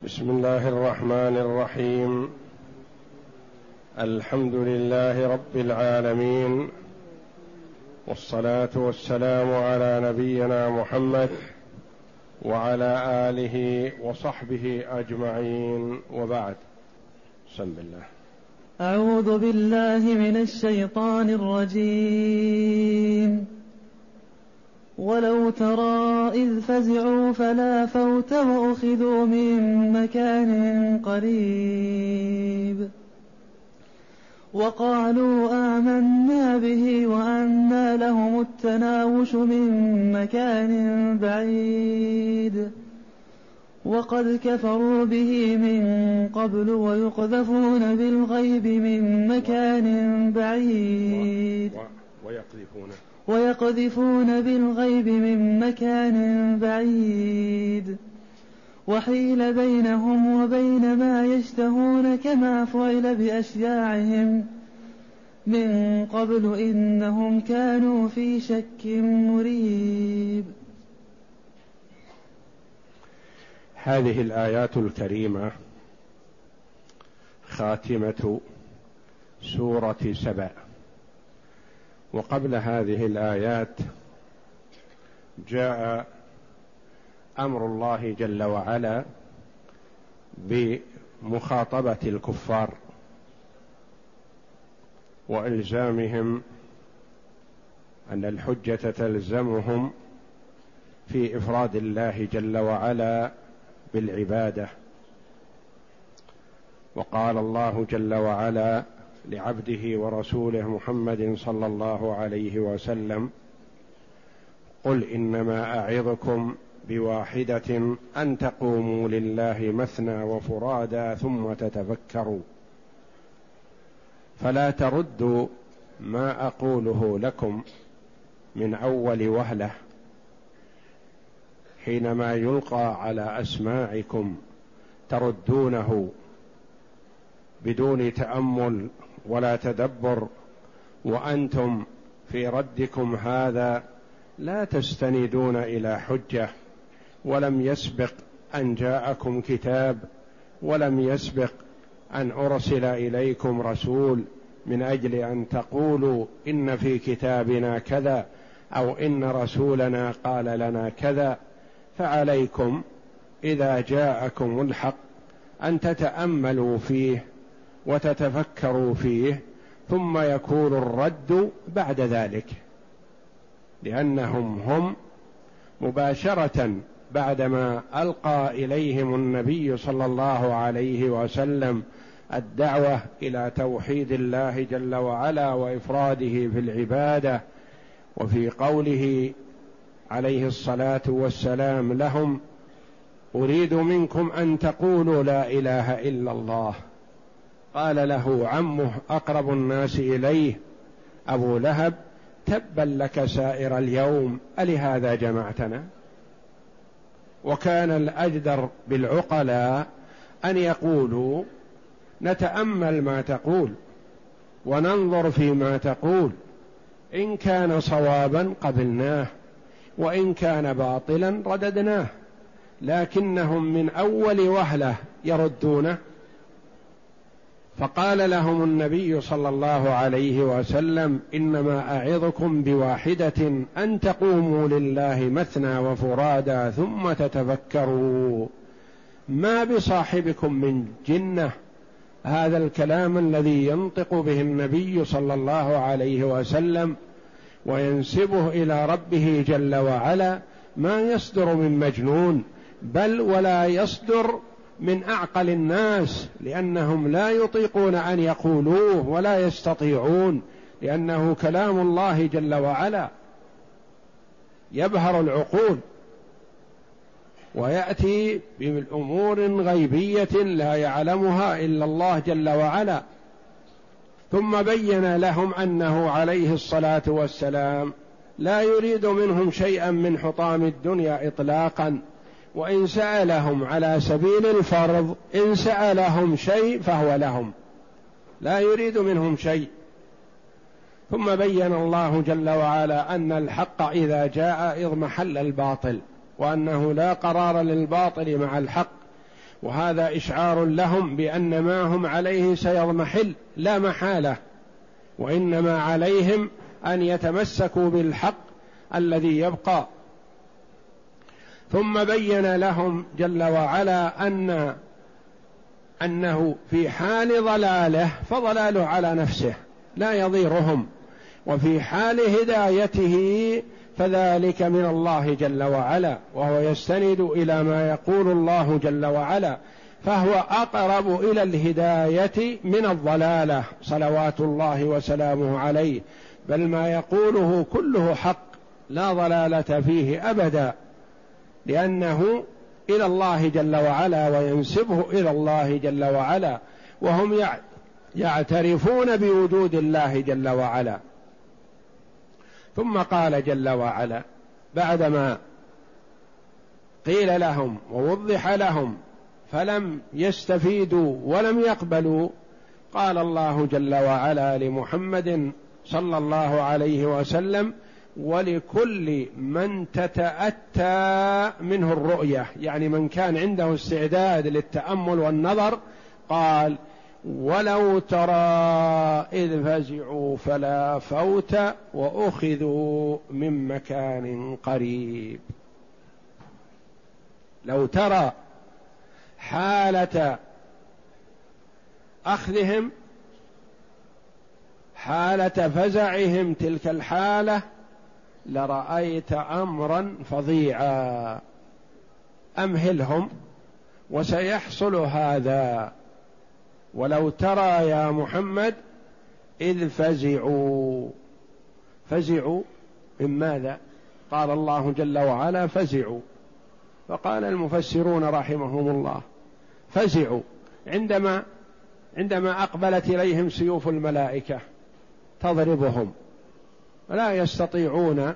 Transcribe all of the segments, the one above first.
بسم الله الرحمن الرحيم. الحمد لله رب العالمين، والصلاة والسلام على نبينا محمد وعلى آله وصحبه أجمعين، وبعد. بسم الله. أعوذ بالله من الشيطان الرجيم. ولو ترى إذ فزعوا فلا فوت وأخذوا من مكان قريب وقالوا آمنا به وأنى لهم التناوش من مكان بعيد وقد كفروا به من قبل ويقذفون بالغيب من مكان بعيد ويقذفون بالغيب من مكان بعيد وحيل بينهم وبين ما يشتهون كما فعل بأشياعهم من قبل إنهم كانوا في شك مريب. هذه الآيات الكريمة خاتمة سورة سبأ. وقبل هذه الآيات جاء أمر الله جل وعلا بمخاطبة الكفار وإلزامهم أن الحجة تلزمهم في إفراد الله جل وعلا بالعبادة. وقال الله جل وعلا لعبده ورسوله محمد صلى الله عليه وسلم: قل إنما أعظكم بواحدة أن تقوموا لله مثنى وفرادى ثم تتفكروا فلا تردوا ما أقوله لكم من أول وهلة حينما يلقى على أسماعكم تردونه بدون تأمل ولا تدبر، وأنتم في ردكم هذا لا تستندون إلى حجة، ولم يسبق أن جاءكم كتاب، ولم يسبق أن أرسل إليكم رسول من أجل أن تقولوا إن في كتابنا كذا أو إن رسولنا قال لنا كذا. فعليكم إذا جاءكم الحق أن تتأملوا فيه وتتفكروا فيه، ثم يكون الرد بعد ذلك، لأنهم هم مباشرة بعدما ألقى إليهم النبي صلى الله عليه وسلم الدعوة إلى توحيد الله جل وعلا وإفراده في العبادة، وفي قوله عليه الصلاة والسلام لهم: أريد منكم أن تقولوا لا إله إلا الله. قال له عمه أقرب الناس إليه أبو لهب: تبا لك سائر اليوم ألهذا جمعتنا؟ وكان الأجدر بالعقلاء أن يقولوا: نتأمل ما تقول وننظر فيما تقول، إن كان صوابا قبلناه وإن كان باطلا رددناه. لكنهم من أول وهلة يردونه. فقال لهم النبي صلى الله عليه وسلم: إنما أعظكم بواحدة أن تقوموا لله مثنى وفرادى ثم تتفكروا ما بصاحبكم من جنة. هذا الكلام الذي ينطق به النبي صلى الله عليه وسلم وينسبه إلى ربه جل وعلا ما يصدر من مجنون، بل ولا يصدر من أعقل الناس، لأنهم لا يطيقون أن يقولوه ولا يستطيعون، لأنه كلام الله جل وعلا يبهر العقول ويأتي بأمور غيبية لا يعلمها إلا الله جل وعلا. ثم بين لهم أنه عليه الصلاة والسلام لا يريد منهم شيئا من حطام الدنيا إطلاقا، وإن سألهم على سبيل الفرض إن سألهم شيء فهو لهم، لا يريد منهم شيء. ثم بين الله جل وعلا أن الحق إذا جاء اضمحل الباطل، وأنه لا قرار للباطل مع الحق، وهذا إشعار لهم بأن ما هم عليه سيضمحل لا محالة، وإنما عليهم أن يتمسكوا بالحق الذي يبقى. ثم بين لهم جل وعلا أنه في حال ضلاله فضلاله على نفسه لا يضيرهم، وفي حال هدايته فذلك من الله جل وعلا، وهو يستند إلى ما يقول الله جل وعلا، فهو أقرب إلى الهداية من الضلالة صلوات الله وسلامه عليه، بل ما يقوله كله حق لا ضلالة فيه أبدا، لأنه إلى الله جل وعلا وينسبه إلى الله جل وعلا، وهم يعترفون بوجود الله جل وعلا. ثم قال جل وعلا بعدما قيل لهم ووضح لهم فلم يستفيدوا ولم يقبلوا، قال الله جل وعلا لمحمد صلى الله عليه وسلم: ولكل من تتأتى منه الرؤية، يعني من كان عنده استعداد للتأمل والنظر، قال: ولو ترى إذ فزعوا فلا فوت وأخذوا من مكان قريب. لو ترى حالة أخذهم، حالة فزعهم، تلك الحالة لرأيت أمرا فظيعا. أمهلهم وسيحصل هذا. ولو ترى يا محمد إذ فزعوا. فزعوا من ماذا؟ قال الله جل وعلا: فزعوا. فقال المفسرون رحمهم الله: فزعوا عندما أقبلت إليهم سيوف الملائكة تضربهم، ولا يستطيعون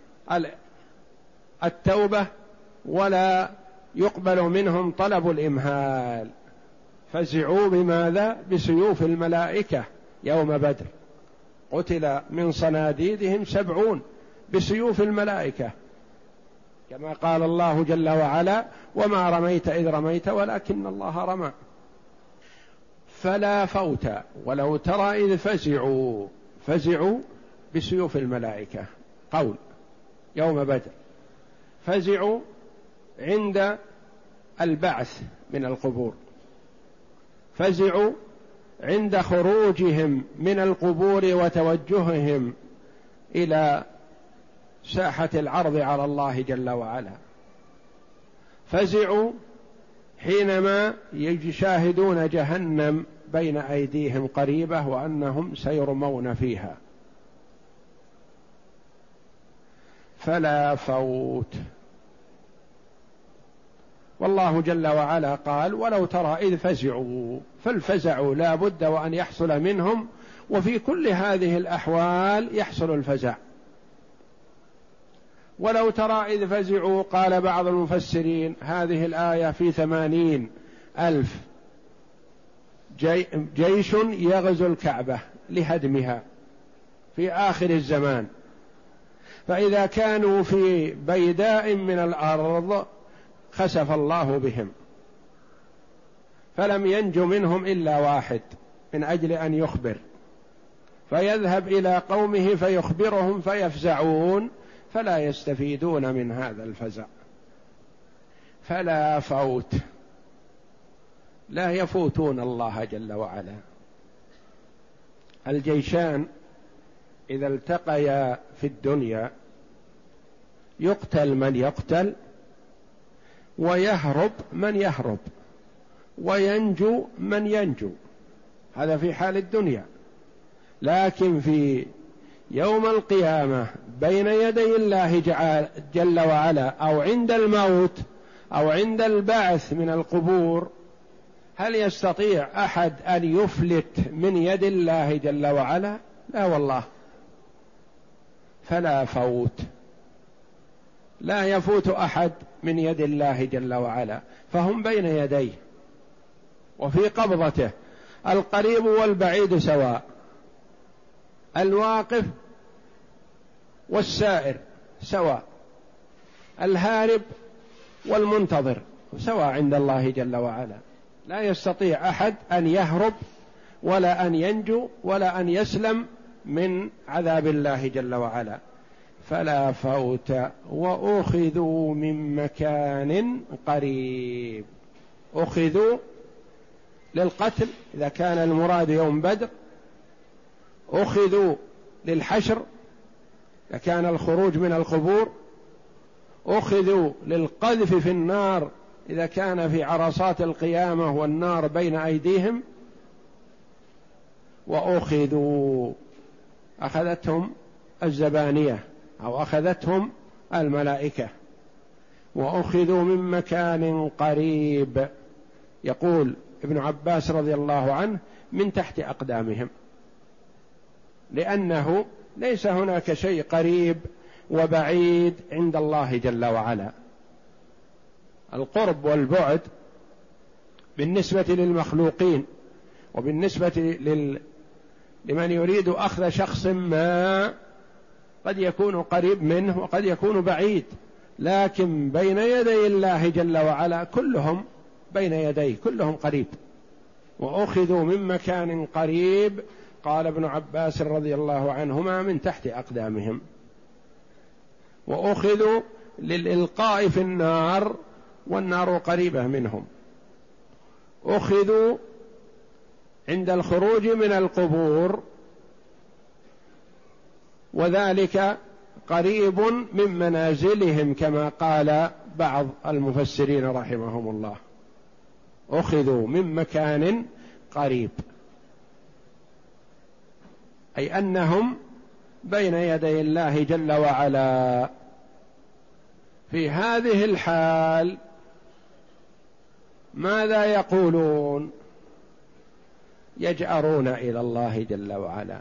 التوبة ولا يقبل منهم طلب الإمهال. فزعوا بماذا؟ بسيوف الملائكة يوم بدر، قتل من صناديدهم 70 بسيوف الملائكة، كما قال الله جل وعلا: وما رميت إذ رميت ولكن الله رمى. فلا فوت. ولو ترى إذ فزعوا بسيوف الملائكة، قول يوم بدر. فزعوا عند البعث من القبور، فزعوا عند خروجهم من القبور وتوجههم إلى ساحة العرض على الله جل وعلا، فزعوا حينما يشاهدون جهنم بين أيديهم قريبة وأنهم سيرمون فيها. فلا فوت. والله جل وعلا قال: ولو ترى إذ فزعوا. فالفزع لا بد وأن يحصل منهم، وفي كل هذه الأحوال يحصل الفزع. ولو ترى إذ فزعوا، قال بعض المفسرين: هذه الآية في 80,000 جيش يغزو الكعبة لهدمها في آخر الزمان، فإذا كانوا في بيداء من الأرض خسف الله بهم، فلم ينج منهم إلا واحد من أجل أن يخبر، فيذهب إلى قومه فيخبرهم فيفزعون، فلا يستفيدون من هذا الفزع. فلا فوت، لا يفوتون الله جل وعلا. الجيشان إذا التقيا في الدنيا يقتل من يقتل، ويهرب من يهرب، وينجو من ينجو، هذا في حال الدنيا. لكن في يوم القيامة بين يدي الله جل وعلا، أو عند الموت أو عند البعث من القبور، هل يستطيع أحد أن يفلت من يد الله جل وعلا؟ لا والله. فلا فوت، لا يفوت أحد من يد الله جل وعلا، فهم بين يديه وفي قبضته، القريب والبعيد سواء، الواقف والسائر سواء، الهارب والمنتظر سواء عند الله جل وعلا، لا يستطيع أحد أن يهرب ولا أن ينجو ولا أن يسلم من عذاب الله جل وعلا. فلا فوت وأخذوا من مكان قريب. أخذوا للقتل إذا كان المراد يوم بدر، أخذوا للحشر إذا كان الخروج من القبور، أخذوا للقذف في النار إذا كان في عرصات القيامة والنار بين أيديهم، وأخذوا أخذتهم الزبانية أو أخذتهم الملائكة، وأخذوا من مكان قريب. يقول ابن عباس رضي الله عنه من تحت أقدامهم، لأنه ليس هناك شيء قريب وبعيد عند الله جل وعلا. القرب والبعد بالنسبة للمخلوقين وبالنسبة لمن يريد أخذ شخص ما قد يكون قريب منه وقد يكون بعيد، لكن بين يدي الله جل وعلا كلهم بين يديه، كلهم قريب. وأخذوا من مكان قريب، قال ابن عباس رضي الله عنهما من تحت أقدامهم. وأخذوا للإلقاء في النار والنار قريبة منهم. أخذوا عند الخروج من القبور، وذلك قريب من منازلهم كما قال بعض المفسرين رحمهم الله. أخذوا من مكان قريب، أي أنهم بين يدي الله جل وعلا. في هذه الحال ماذا يقولون؟ يجأرون إلى الله جل وعلا،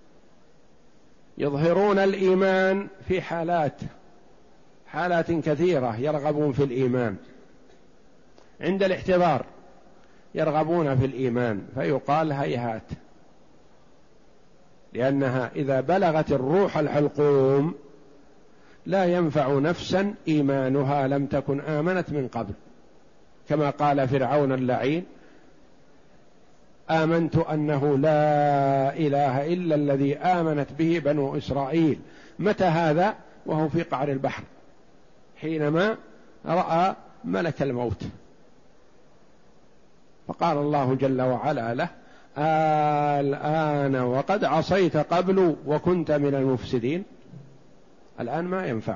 يظهرون الإيمان في حالات كثيرة، يرغبون في الإيمان عند الاحتضار، يرغبون في الإيمان، فيقال هيهات، لأنها إذا بلغت الروح الحلقوم لا ينفع نفسا إيمانها لم تكن آمنت من قبل، كما قال فرعون اللعين: آمنت أنه لا إله إلا الذي آمنت به بنو إسرائيل. متى هذا؟ وهو في قعر البحر حينما رأى ملك الموت، فقال الله جل وعلا له: الآن وقد عصيت قبل وكنت من المفسدين. الآن ما ينفع.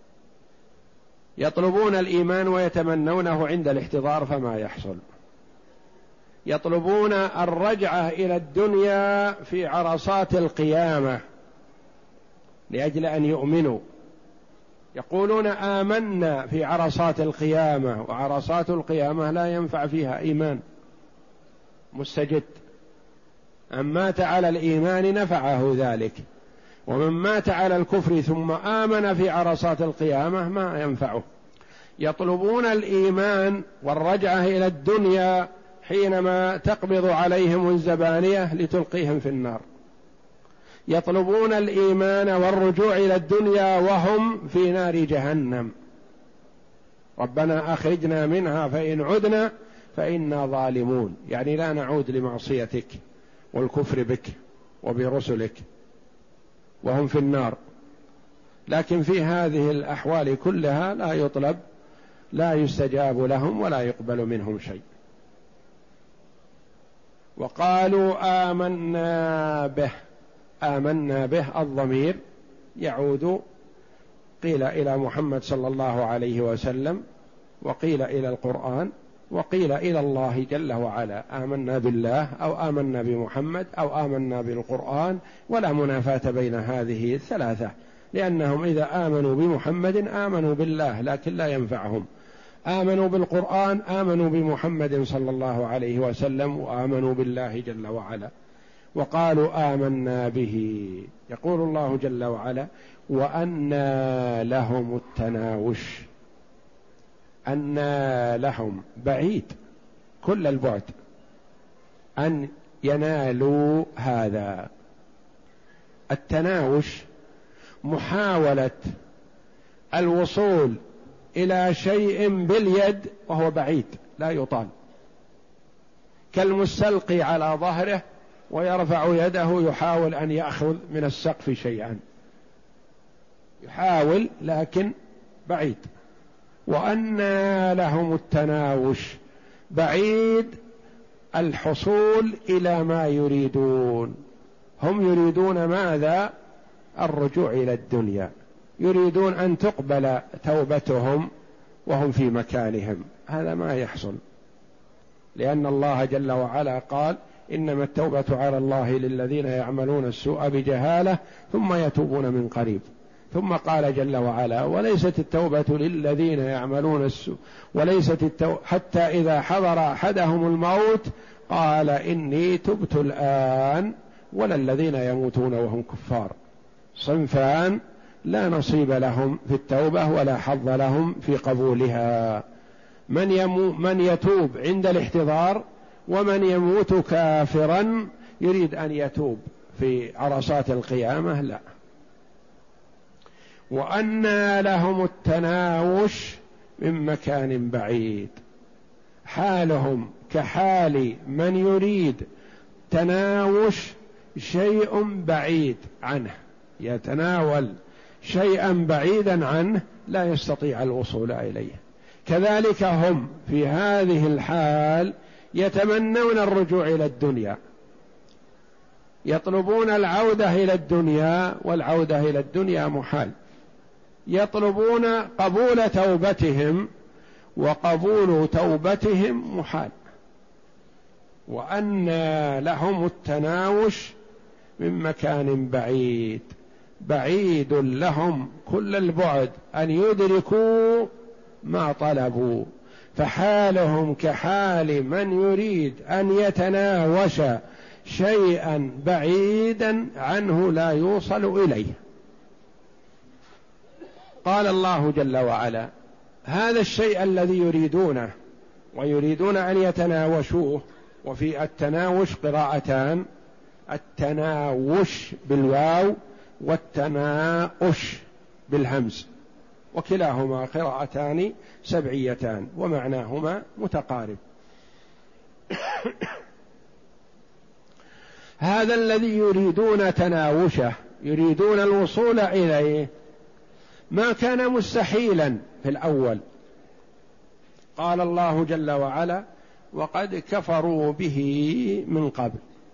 يطلبون الإيمان ويتمنونه عند الاحتضار فما يحصل. يطلبون الرجعة إلى الدنيا في عرصات القيامة لأجل أن يؤمنوا، يقولون آمنا في عرصات القيامة، وعرصات القيامة لا ينفع فيها إيمان مستجد. من مات على الإيمان نفعه ذلك، ومن مات على الكفر ثم آمن في عرصات القيامة ما ينفعه. يطلبون الإيمان والرجعة إلى الدنيا حينما تقبض عليهم الزبانية لتلقيهم في النار. يطلبون الإيمان والرجوع إلى الدنيا وهم في نار جهنم: ربنا أخرجنا منها فإن عدنا فإنا ظالمون، يعني لا نعود لمعصيتك والكفر بك وبرسلك، وهم في النار. لكن في هذه الأحوال كلها لا يطلب، لا يستجاب لهم ولا يقبل منهم شيء. وقالوا آمنا به. آمنا به الضمير يعود قيل إلى محمد صلى الله عليه وسلم، وقيل إلى القرآن، وقيل إلى الله جل وعلا. آمنا بالله أو آمنا بمحمد أو آمنا بالقرآن، ولا منافاة بين هذه الثلاثة، لأنهم إذا آمنوا بمحمد آمنوا بالله لكن لا ينفعهم. آمنوا بالقرآن آمنوا بمحمد صلى الله عليه وسلم وآمنوا بالله جل وعلا. وقالوا آمنا به. يقول الله جل وعلا: وأنى لهم التناوش. أنى لهم بعيد كل البعد أن ينالوا هذا. التناوش محاولة الوصول إلى شيء باليد وهو بعيد لا يطال، كالمستلقي على ظهره ويرفع يده يحاول أن يأخذ من السقف شيئا، يحاول لكن بعيد. وأنى لهم التناوش، بعيد الحصول إلى ما يريدون. هم يريدون ماذا؟ الرجوع إلى الدنيا، يريدون أن تقبل توبتهم وهم في مكانهم، هذا ما يحصل، لأن الله جل وعلا قال: إنما التوبة على الله للذين يعملون السوء بجهالة ثم يتوبون من قريب. ثم قال جل وعلا: وليست التوبة للذين يعملون السوء حتى إذا حضر أحدهم الموت قال إني تبت الآن، ولا الذين يموتون وهم كفار. صنفان لا نصيب لهم في التوبة ولا حظ لهم في قبولها: من يتوب عند الاحتضار، ومن يموت كافرا يريد أن يتوب في عرصات القيامة لا. وأنى لهم التناوش من مكان بعيد، حالهم كحال من يريد تناوش شيء بعيد عنه، يتناول شيئا بعيدا عنه لا يستطيع الوصول إليه. كذلك هم في هذه الحال يتمنون الرجوع إلى الدنيا، يطلبون العودة إلى الدنيا، والعودة إلى الدنيا محال. يطلبون قبول توبتهم، وقبول توبتهم محال. وأنى لهم التناوش من مكان بعيد، بعيد لهم كل البعد أن يدركوا ما طلبوا، فحالهم كحال من يريد أن يتناوش شيئا بعيدا عنه لا يوصل إليه. قال الله جل وعلا: هذا الشيء الذي يريدونه ويريدون أن يتناوشوه. وفي التناوش قراءتان: التناوش بالواو والتناؤش بالهمز، وكلاهما قراءتان سبعيتان ومعناهما متقارب. هذا الذي يريدون تناوشه، يريدون الوصول إليه، ما كان مستحيلا في الأول. قال الله جل وعلا: وقد كفروا به من قبل.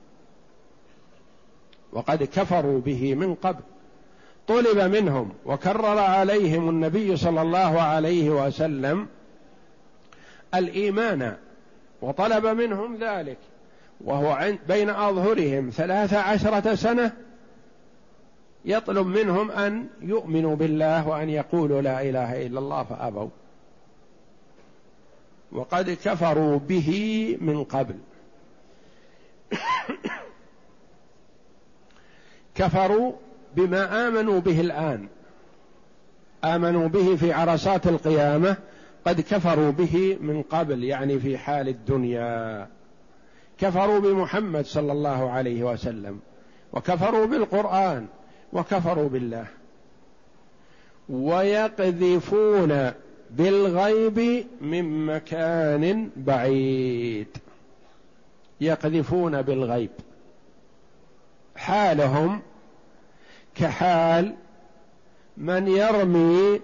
وقد كفروا به من قبل، طلب منهم وكرر عليهم النبي صلى الله عليه وسلم الإيمان، وطلب منهم ذلك وهو بين أظهرهم 13 سنة، يطلب منهم أن يؤمنوا بالله وأن يقولوا لا إله إلا الله فأبوا. وقد كفروا به من قبل. كفروا بما آمنوا به الآن، آمنوا به في عرصات القيامة، قد كفروا به من قبل يعني في حال الدنيا. كفروا بمحمد صلى الله عليه وسلم، وكفروا بالقرآن، وكفروا بالله. ويقذفون بالغيب من مكان بعيد. يقذفون بالغيب، حالهم كحال من يرمي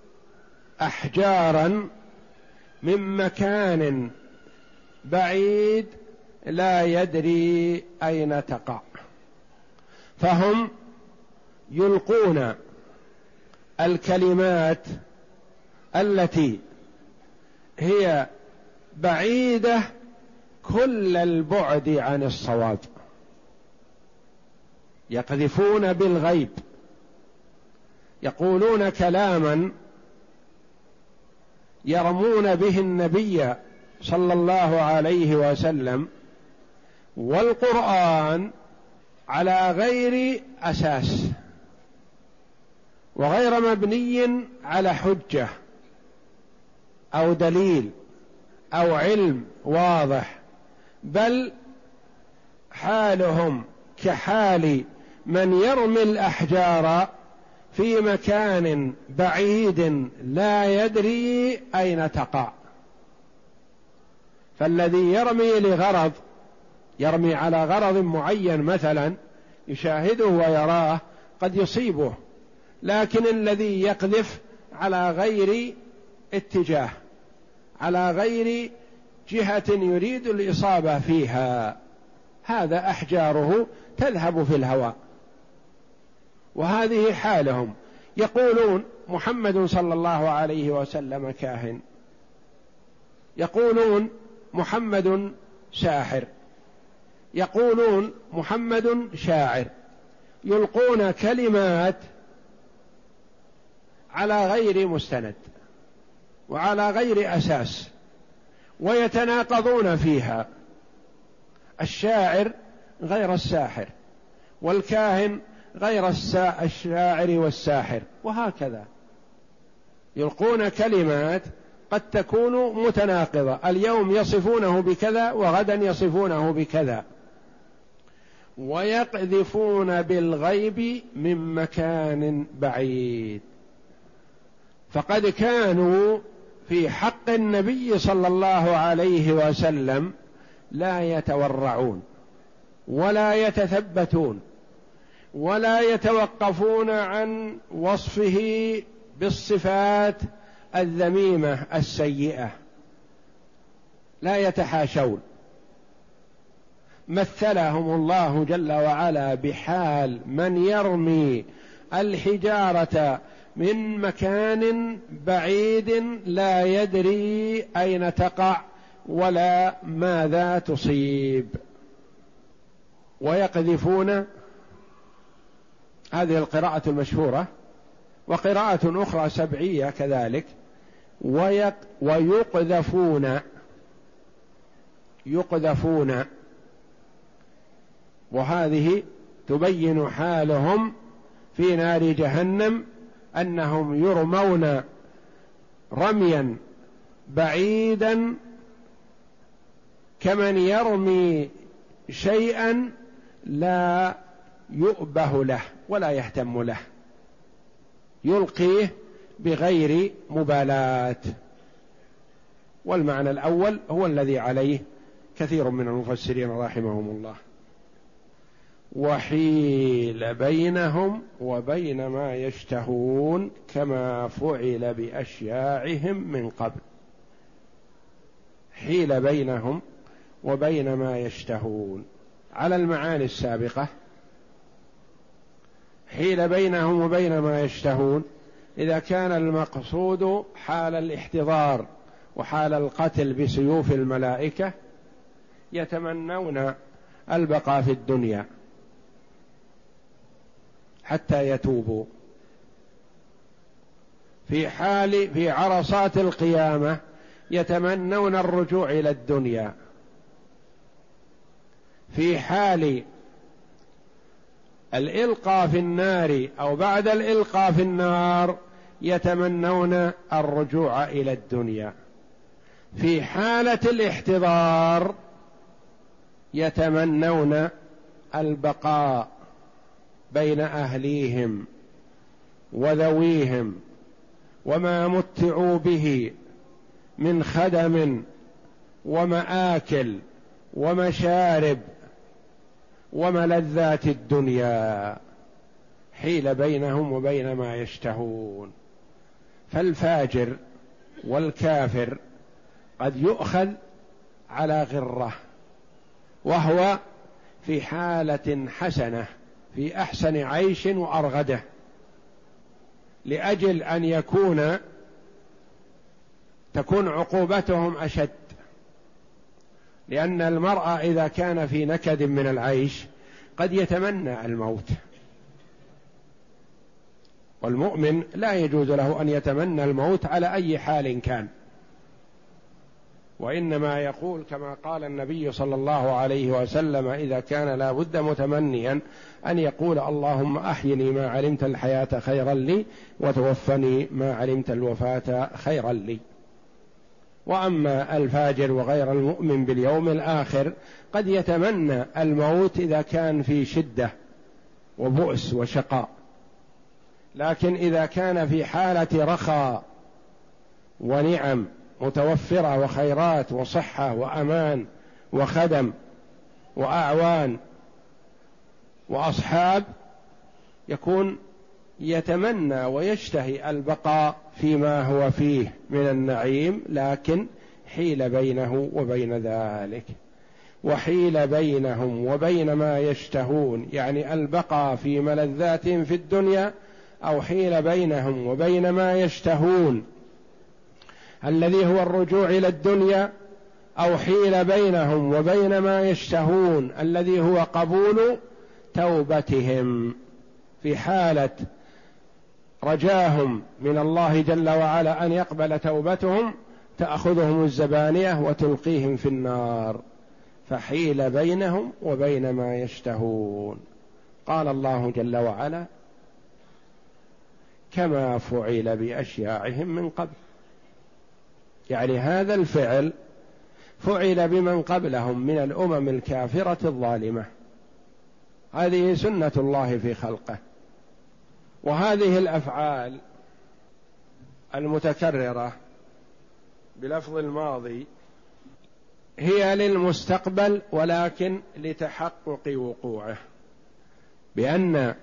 أحجارا من مكان بعيد لا يدري أين تقع، فهم يلقون الكلمات التي هي بعيدة كل البعد عن الصواب. يقذفون بالغيب، يقولون كلاما يرمون به النبي صلى الله عليه وسلم والقرآن على غير أساس وغير مبني على حجة أو دليل أو علم واضح، بل حالهم كحال من يرمي الأحجار في مكان بعيد لا يدري أين تقع. فالذي يرمي لغرض، يرمي على غرض معين مثلا يشاهده ويراه قد يصيبه، لكن الذي يقذف على غير اتجاه، على غير جهة يريد الإصابة فيها، هذا أحجاره تذهب في الهواء. وهذه حالهم. يقولون محمد صلى الله عليه وسلم كاهن، يقولون محمد ساحر، يقولون محمد شاعر، يلقون كلمات على غير مستند وعلى غير أساس ويتناقضون فيها. الشاعر غير الساحر، والكاهن غير الشاعر والساحر، وهكذا يلقون كلمات قد تكون متناقضة، اليوم يصفونه بكذا وغدا يصفونه بكذا. ويقذفون بالغيب من مكان بعيد. فقد كانوا في حق النبي صلى الله عليه وسلم لا يتورعون ولا يتثبتون ولا يتوقفون عن وصفه بالصفات الذميمة السيئة، لا يتحاشون. مثلهم الله جل وعلا بحال من يرمي الحجارة من مكان بعيد لا يدري أين تقع ولا ماذا تصيب. ويقذفون، هذه القراءة المشهورة، وقراءة أخرى سبعية كذلك، ويقذفون، يقذفون، وهذه تبين حالهم في نار جهنم، أنهم يرمون رميا بعيدا كمن يرمي شيئا لا يؤبه له ولا يهتم له، يلقيه بغير مبالاة. والمعنى الأول هو الذي عليه كثير من المفسرين رحمهم الله. وحيل بينهم وبين ما يشتهون كما فعل بأشياعهم من قبل. حيل بينهم وبين ما يشتهون على المعاني السابقة. حيل بينهم وبين ما يشتهون إذا كان المقصود حال الاحتضار وحال القتل بسيوف الملائكة يتمنون البقاء في الدنيا حتى يتوبوا. في عرصات القيامة يتمنون الرجوع إلى الدنيا. في حال الإلقاء في النار أو بعد الإلقاء في النار يتمنون الرجوع إلى الدنيا. في حالة الاحتضار يتمنون البقاء بين أهليهم وذويهم وما متعوا به من خدم ومآكل ومشارب وملذات الدنيا. حيل بينهم وبين ما يشتهون. فالفاجر والكافر قد يؤخذ على غرة وهو في حالة حسنة، في أحسن عيش وأرغده، لأجل أن تكون عقوبتهم أشد. لأن المرء إذا كان في نكد من العيش قد يتمنى الموت، والمؤمن لا يجوز له أن يتمنى الموت على أي حال كان، وإنما يقول كما قال النبي صلى الله عليه وسلم إذا كان لا بد متمنيا أن يقول اللهم أحيني ما علمت الحياة خيرا لي وتوفني ما علمت الوفاة خيرا لي. وأما الفاجر وغير المؤمن باليوم الآخر قد يتمنى الموت إذا كان في شدة وبؤس وشقاء، لكن إذا كان في حالة رخاء ونعم متوفرة وخيرات وصحة وأمان وخدم وأعوان وأصحاب، يكون يتمنى ويشتهي البقاء فيما هو فيه من النعيم، لكن حيل بينه وبين ذلك، وحيل بينهم وبين ما يشتهون، يعني البقاء في ملذاتهم في الدنيا، أو حيل بينهم وبين ما يشتهون الذي هو الرجوع إلى الدنيا، أو حيل بينهم وبين ما يشتهون الذي هو قبول توبتهم. في حالة رجاهم من الله جل وعلا أن يقبل توبتهم تأخذهم الزبانية وتلقيهم في النار، فحيل بينهم وبين ما يشتهون. قال الله جل وعلا: كما فعل بأشياعهم من قبل، يعني هذا الفعل فعل بمن قبلهم من الأمم الكافرة الظالمة، هذه سنة الله في خلقه. وهذه الأفعال المتكررة بلفظ الماضي هي للمستقبل، ولكن لتحقق وقوعه، بأن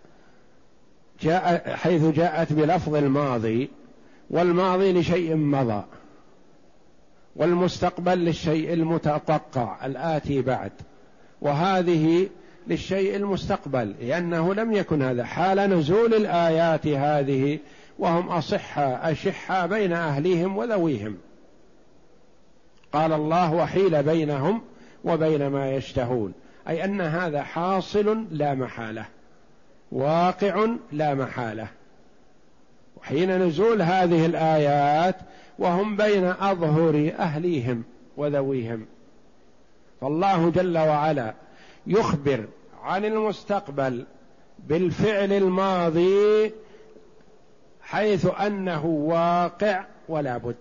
حيث جاءت بلفظ الماضي، والماضي لشيء مضى، والمستقبل للشيء المتوقع الآتي بعد، وهذه للشيء المستقبل، لأنه لم يكن هذا حال نزول الآيات هذه وهم أصحى أشحى بين أهليهم وذويهم. قال الله: وحيل بينهم وبين ما يشتهون، أي أن هذا حاصل لا محالة، واقع لا محالة، وحين نزول هذه الآيات وهم بين أظهر أهليهم وذويهم. فالله جل وعلا يخبر عن المستقبل بالفعل الماضي حيث أنه واقع ولا بد،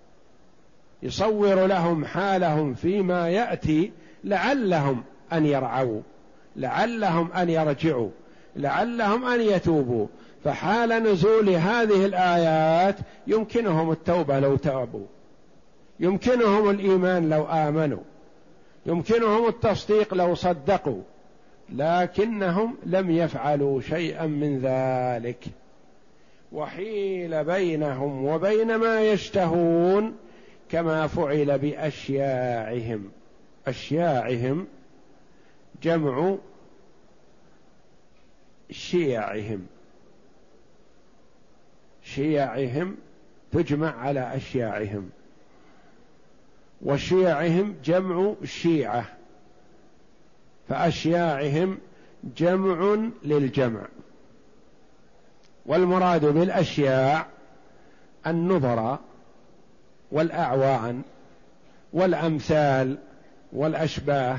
يصور لهم حالهم فيما يأتي لعلهم أن يرعوا، لعلهم أن يرجعوا، لعلهم أن يتوبوا. فحال نزول هذه الآيات يمكنهم التوبة لو تابوا، يمكنهم الإيمان لو آمنوا، يمكنهم التصديق لو صدقوا، لكنهم لم يفعلوا شيئا من ذلك. وحيل بينهم وبين ما يشتهون كما فعل بأشياعهم. أشياعهم جمع شيعهم، شيعهم تجمع على أشياعهم، وشيعهم جمع شيعة، فأشياعهم جمع للجمع. والمراد بالأشياع النظراء والأعوان والأمثال والأشباه،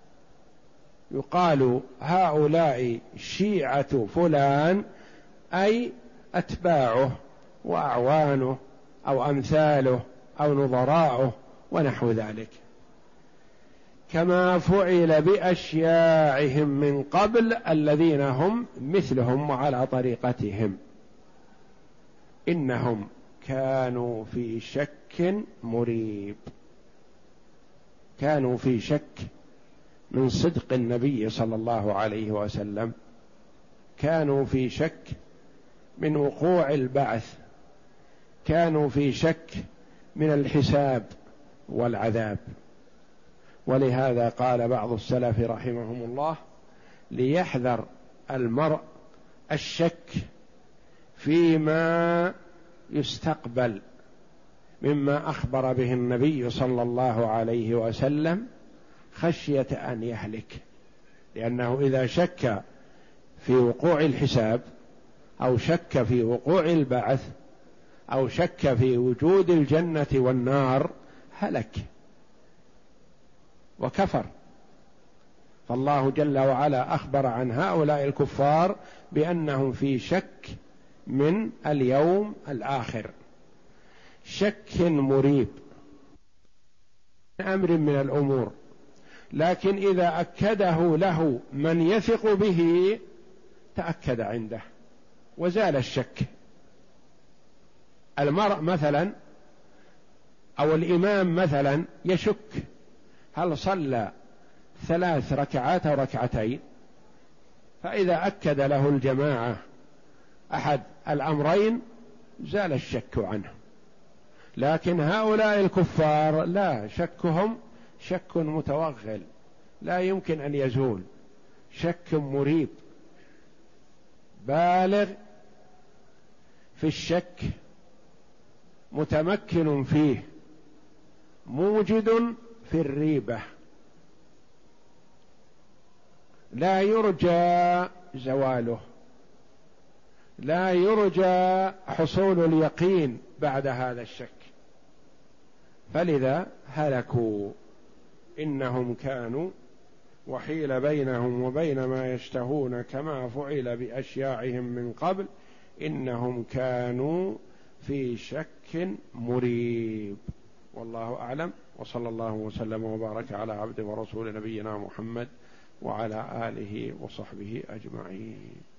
يقال هؤلاء شيعة فلان، أي أتباعه وأعوانه أو أمثاله أو نظراؤه ونحو ذلك. كما فعل بأشياعهم من قبل الذين هم مثلهم وعلى طريقتهم، إنهم كانوا في شك مريب. كانوا في شك من صدق النبي صلى الله عليه وسلم، كانوا في شك من وقوع البعث، كانوا في شك من الحساب والعذاب. ولهذا قال بعض السلف رحمهم الله: ليحذر المرء الشك فيما يستقبل مما أخبر به النبي صلى الله عليه وسلم خشية أن يهلك، لأنه إذا شك في وقوع الحساب أو شك في وقوع البعث أو شك في وجود الجنة والنار هلك وكفر. فالله جل وعلا أخبر عن هؤلاء الكفار بأنهم في شك من اليوم الآخر، شك مريب أمر من الأمور، لكن إذا أكده له من يثق به تأكد عنده، وزال الشك. المرء مثلا أو الإمام مثلا يشك هل صلى 3 ركعات أو ركعتين، فإذا أكد له الجماعة أحد الأمرين زال الشك عنه. لكن هؤلاء الكفار لا، شكهم شك متوغل لا يمكن أن يزول، شك مريب بالغ في الشك، متمكن فيه، موجد في الريبة، لا يرجى زواله، لا يرجى حصول اليقين بعد هذا الشك، فلذا هلكوا. إنهم كانوا وحيل بينهم وبين ما يشتهون كما فعل بأشياعهم من قبل إنهم كانوا في شك مريب. والله أعلم، وصلى الله وسلم وبارك على عبد ورسول نبينا محمد وعلى آله وصحبه أجمعين.